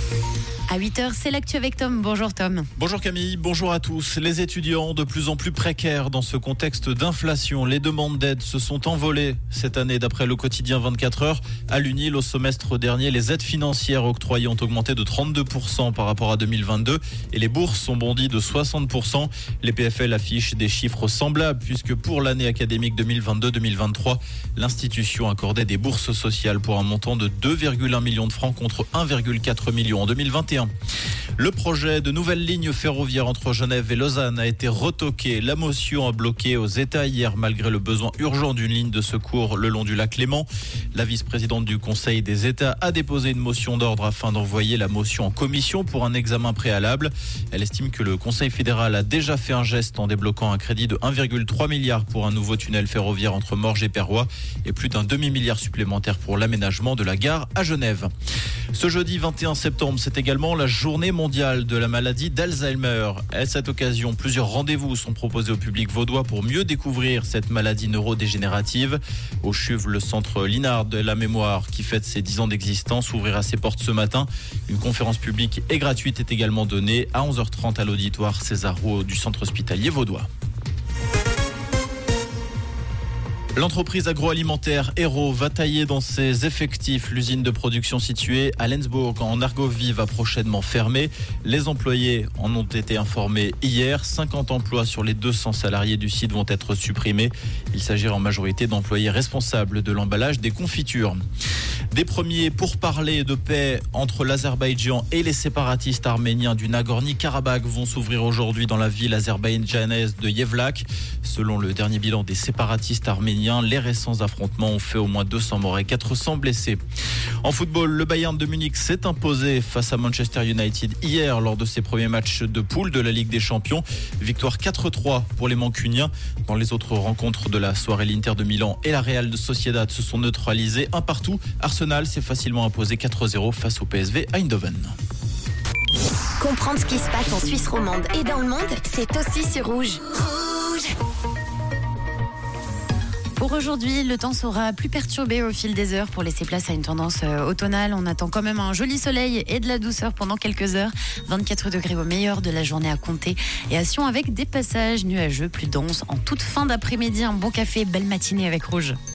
À 8h, c'est l'actu avec Tom. Bonjour Tom. Bonjour Camille, bonjour à tous. Les étudiants de plus en plus précaires dans ce contexte d'inflation. Les demandes d'aide se sont envolées cette année d'après le quotidien 24 heures. À l'UNIL, au semestre dernier, les aides financières octroyées ont augmenté de 32% par rapport à 2022 et les bourses ont bondi de 60%. Les PFL affichent des chiffres semblables puisque pour l'année académique 2022-2023, l'institution accordait des bourses sociales pour un montant de 2,1 millions de francs contre 1,4 million en 2021. Le projet de nouvelle ligne ferroviaire entre Genève et Lausanne a été retoqué. La motion a bloqué aux États hier malgré le besoin urgent d'une ligne de secours le long du lac Léman. La vice-présidente du Conseil des États a déposé une motion d'ordre afin d'envoyer la motion en commission pour un examen préalable. Elle estime que le Conseil fédéral a déjà fait un geste en débloquant un crédit de 1,3 milliard pour un nouveau tunnel ferroviaire entre Morges et Perrois et plus d'un demi-milliard supplémentaire pour l'aménagement de la gare à Genève. Ce jeudi 21 septembre, c'est également la journée mondiale de la maladie d'Alzheimer. À cette occasion, plusieurs rendez-vous sont proposés au public vaudois pour mieux découvrir cette maladie neurodégénérative. Au CHUV, le centre Linard de la mémoire, qui fête ses 10 ans d'existence, ouvrira ses portes ce matin. Une conférence publique et gratuite est également donnée à 11h30 à l'auditoire César Roux du centre hospitalier vaudois. L'entreprise agroalimentaire Hérault va tailler dans ses effectifs. L'usine de production située à Lenzburg en Argovie va prochainement fermer. Les employés en ont été informés hier. 50 emplois sur les 200 salariés du site vont être supprimés. Il s'agira en majorité d'employés responsables de l'emballage des confitures. Des premiers pourparlers de paix entre l'Azerbaïdjan et les séparatistes arméniens du Nagorno-Karabakh vont s'ouvrir aujourd'hui dans la ville azerbaïdjanaise de Yevlak. Selon le dernier bilan des séparatistes arméniens, les récents affrontements ont fait au moins 200 morts et 400 blessés. En football, le Bayern de Munich s'est imposé face à Manchester United hier lors de ses premiers matchs de poule de la Ligue des Champions. Victoire 4-3 pour les Mancuniens. Dans les autres rencontres de la soirée, l'Inter de Milan et la Real de Sociedad se sont neutralisés un partout. Arsenal s'est facilement imposé 4-0 face au PSV Eindhoven. Comprendre ce qui se passe en Suisse romande et dans le monde, c'est aussi sur Rouge. Pour aujourd'hui, le temps sera plus perturbé au fil des heures pour laisser place à une tendance automnale. On attend quand même un joli soleil et de la douceur pendant quelques heures. 24 degrés au meilleur de la journée à compter. Et à Sion avec des passages nuageux plus denses en toute fin d'après-midi. Un bon café, belle matinée avec Rouge.